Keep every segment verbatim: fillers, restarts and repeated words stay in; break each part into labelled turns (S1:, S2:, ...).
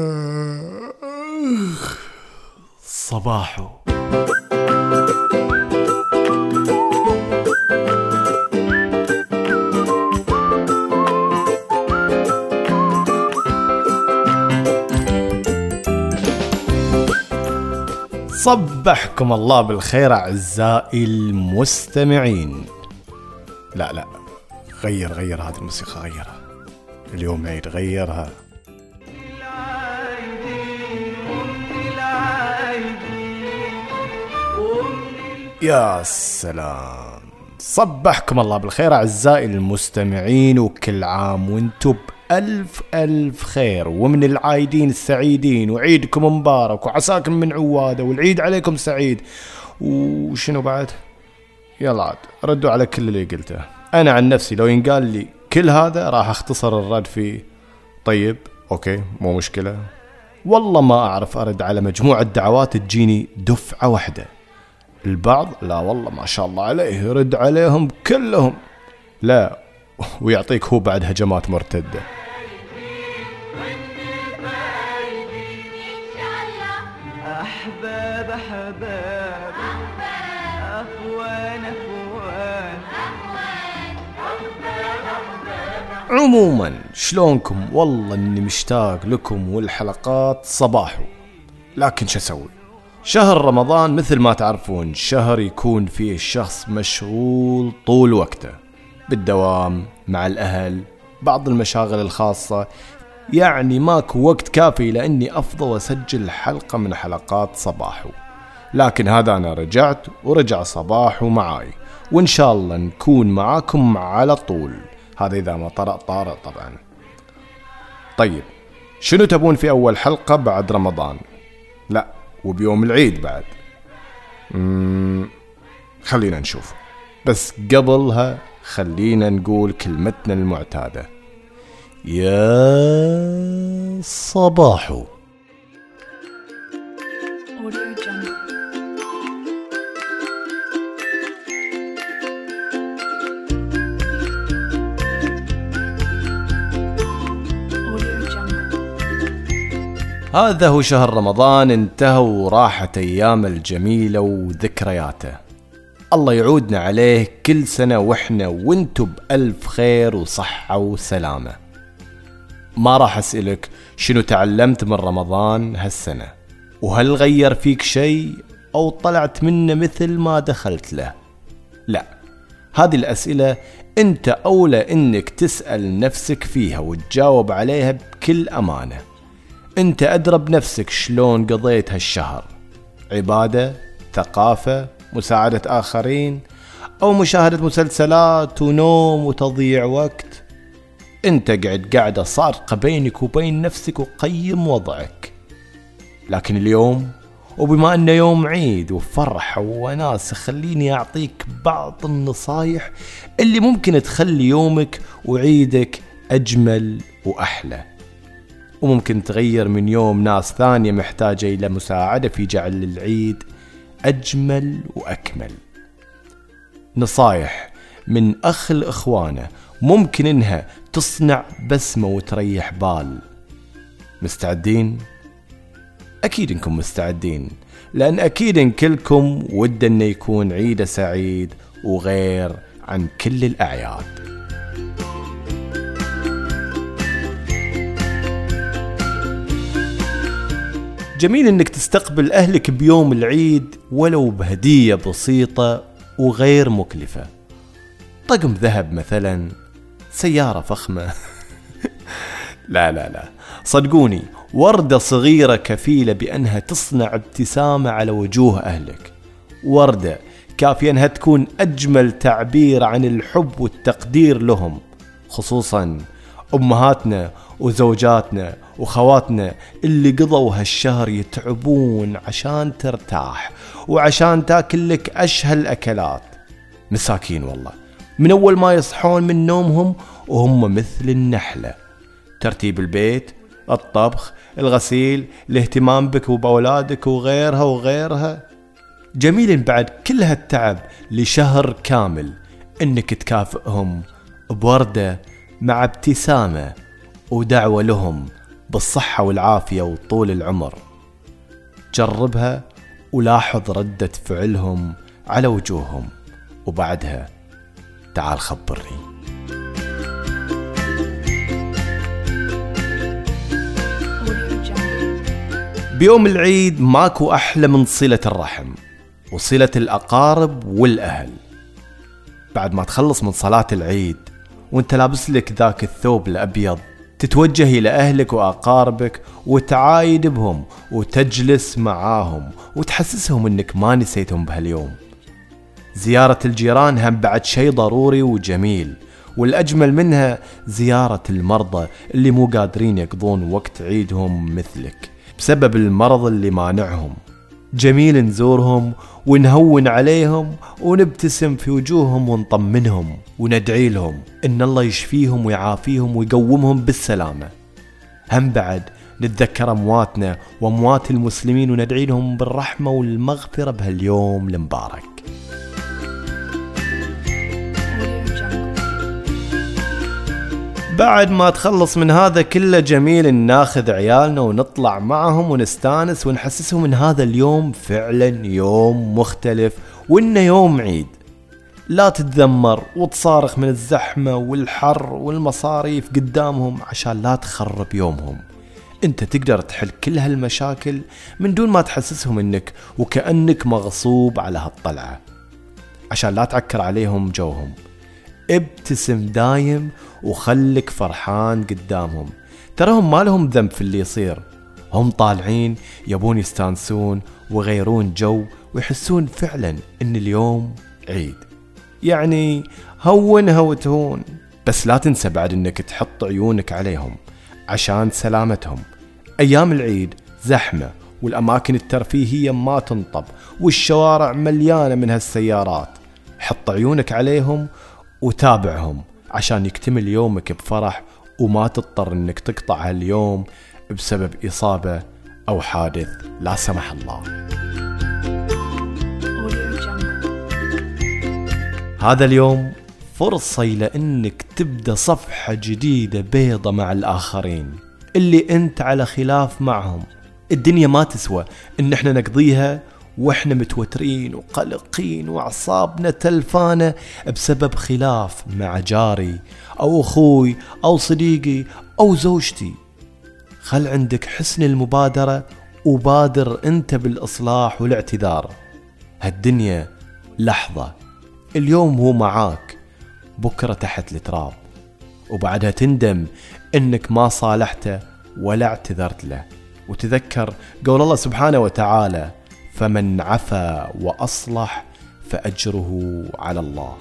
S1: صباحو. صبحكم الله بالخير أعزائي المستمعين. لا لا غير غير هذه الموسيقى، غيرها اليوم عيد، غيرها. يا سلام، صبحكم الله بالخير أعزائي المستمعين، وكل عام وانتم بألف ألف خير ومن العايدين السعيدين، وعيدكم مبارك وعساكم من عوادة والعيد عليكم سعيد. وشنو بعد؟ يلا عاد ردوا على كل اللي قلته. أنا عن نفسي لو ينقال لي كل هذا راح اختصر الرد فيه طيب أوكي مو مشكلة. والله ما أعرف أرد على مجموعة دعوات تجيني دفعة واحدة. البعض لا والله ما شاء الله عليه يرد عليهم كلهم، لا ويعطيك هو بعد هجمات مرتدة.
S2: أحباب أحباب أخوان أخوان.
S1: عموما شلونكم؟ والله اني مشتاق لكم والحلقات صباحو، لكن شو اسوي؟ شهر رمضان مثل ما تعرفون شهر يكون فيه الشخص مشغول طول وقته بالدوام مع الأهل، بعض المشاغل الخاصة، يعني ماكو وقت كافي لأني أفضل وأسجل حلقة من حلقات صباحو. لكن هذا أنا رجعت ورجع صباحو معاي، وإن شاء الله نكون معاكم على طول، هذا إذا ما طرأ طارئ طبعا. طيب شنو تبون في أول حلقة بعد رمضان؟ لا وبيوم العيد بعد. مم خلينا نشوف، بس قبلها خلينا نقول كلمتنا المعتادة، يا صباحو. هذا هو شهر رمضان، انتهى وراحت أيام الجميلة وذكرياته، الله يعودنا عليه كل سنة وإحنا وانتو بألف خير وصحة وسلامة. ما راح أسألك شنو تعلمت من رمضان هالسنة، وهل غير فيك شيء أو طلعت منه مثل ما دخلت له. لا، هذه الأسئلة انت أولى انك تسأل نفسك فيها وتجاوب عليها بكل أمانة. انت أدرى بنفسك شلون قضيت هالشهر، عبادة، ثقافة، مساعدة آخرين، أو مشاهدة مسلسلات ونوم وتضييع وقت. انت قاعد قاعدة صارقة بينك وبين نفسك وقيم وضعك. لكن اليوم وبما أنه يوم عيد وفرحة وناس، خليني أعطيك بعض النصايح اللي ممكن تخلي يومك وعيدك أجمل وأحلى، وممكن تغير من يوم ناس ثانية محتاجة إلى مساعدة في جعل العيد أجمل وأكمل. نصايح من أخ الإخوانة ممكن إنها تصنع بسمة وتريح بال. مستعدين؟ أكيد إنكم مستعدين، لأن أكيد إن كلكم ود إنه يكون عيد سعيد وغير عن كل الأعياد. جميل إنك تستقبل أهلك بيوم العيد ولو بهدية بسيطة وغير مكلفة، طقم ذهب مثلا، سيارة فخمة. لا لا لا صدقوني، وردة صغيرة كفيلة بأنها تصنع ابتسامة على وجوه أهلك. وردة كافية أنها تكون أجمل تعبير عن الحب والتقدير لهم، خصوصا أمهاتنا وزوجاتنا وخواتنا اللي قضوا هالشهر يتعبون عشان ترتاح وعشان تاكل لك أشهى الأكلات. مساكين والله، من أول ما يصحون من نومهم وهم مثل النحلة، ترتيب البيت، الطبخ، الغسيل، الاهتمام بك وبأولادك وغيرها وغيرها. جميل بعد كل هالتعب لشهر كامل انك تكافئهم بوردة مع ابتسامة ودعوة لهم بالصحة والعافية وطول العمر. جربها ولاحظ ردة فعلهم على وجوههم، وبعدها تعال خبرني. بيوم العيد ماكو أحلى من صلة الرحم وصلة الأقارب والأهل. بعد ما تخلص من صلاة العيد وانت لابس لك ذاك الثوب الأبيض، تتوجه إلى أهلك وأقاربك وتعايد بهم وتجلس معاهم وتحسسهم انك ما نسيتهم بهاليوم. زيارة الجيران هم بعد شيء ضروري وجميل، والأجمل منها زيارة المرضى اللي مو قادرين يقضون وقت عيدهم مثلك بسبب المرض اللي مانعهم. جميل نزورهم ونهون عليهم ونبتسم في وجوههم ونطمنهم وندعي لهم إن الله يشفيهم ويعافيهم ويقومهم بالسلامة. هم بعد نتذكر أمواتنا وأموات المسلمين وندعي لهم بالرحمة والمغفرة بهاليوم المبارك. بعد ما تخلص من هذا كله جميل ناخذ عيالنا ونطلع معهم ونستانس ونحسسهم ان هذا اليوم فعلا يوم مختلف وانه يوم عيد. لا تتذمر وتصارخ من الزحمة والحر والمصاريف قدامهم عشان لا تخرب يومهم. انت تقدر تحل كل هالمشاكل من دون ما تحسسهم انك وكأنك مغصوب على هالطلعة، عشان لا تعكر عليهم جوهم. ابتسم دايم وخلك فرحان قدامهم. تراهم ما لهم ذنب في اللي يصير، هم طالعين يبون يستانسون ويغيرون جو ويحسون فعلا ان اليوم عيد. يعني هونها وتهون، بس لا تنسى بعد انك تحط عيونك عليهم عشان سلامتهم. ايام العيد زحمة والاماكن الترفيهية ما تنطب والشوارع مليانة من هالسيارات. حط عيونك عليهم وتابعهم عشان يكتمل يومك بفرح وما تضطر انك تقطع هاليوم بسبب إصابة أو حادث لا سمح الله. هذا اليوم فرصة لأنك تبدأ صفحة جديدة بيضة مع الآخرين اللي أنت على خلاف معهم. الدنيا ما تسوى إن احنا نقضيها واحنا متوترين وقلقين وأعصابنا تلفانة بسبب خلاف مع جاري أو أخوي أو صديقي أو زوجتي. خل عندك حسن المبادرة وبادر أنت بالإصلاح والاعتذار. هالدنيا لحظة، اليوم هو معاك، بكرة تحت التراب، وبعدها تندم إنك ما صالحته ولا اعتذرت له. وتذكر قول الله سبحانه وتعالى: فمن عفا وأصلح فأجره على الله.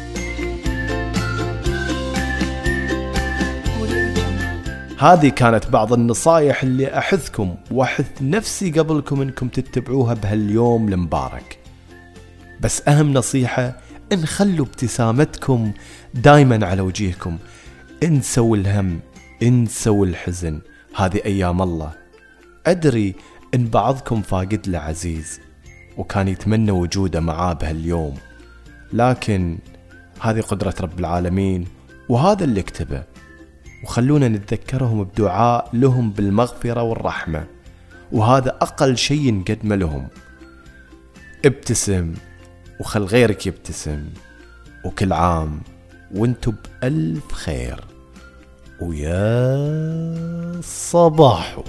S1: هذه كانت بعض النصايح اللي أحثكم وأحث نفسي قبلكم إنكم تتبعوها بهاليوم المبارك. بس أهم نصيحة إن خلوا ابتسامتكم دايما على وجيهكم. انسوا الهم، انسوا الحزن، هذه أيام الله. أدري إن بعضكم فاقد له عزيز وكان يتمنى وجوده معاه بهاليوم، لكن هذه قدرة رب العالمين وهذا اللي اكتبه. وخلونا نتذكرهم بدعاء لهم بالمغفرة والرحمة، وهذا أقل شيء نقدم لهم. ابتسم وخل غيرك يبتسم، وكل عام وانتم بألف خير، ويا صباحو.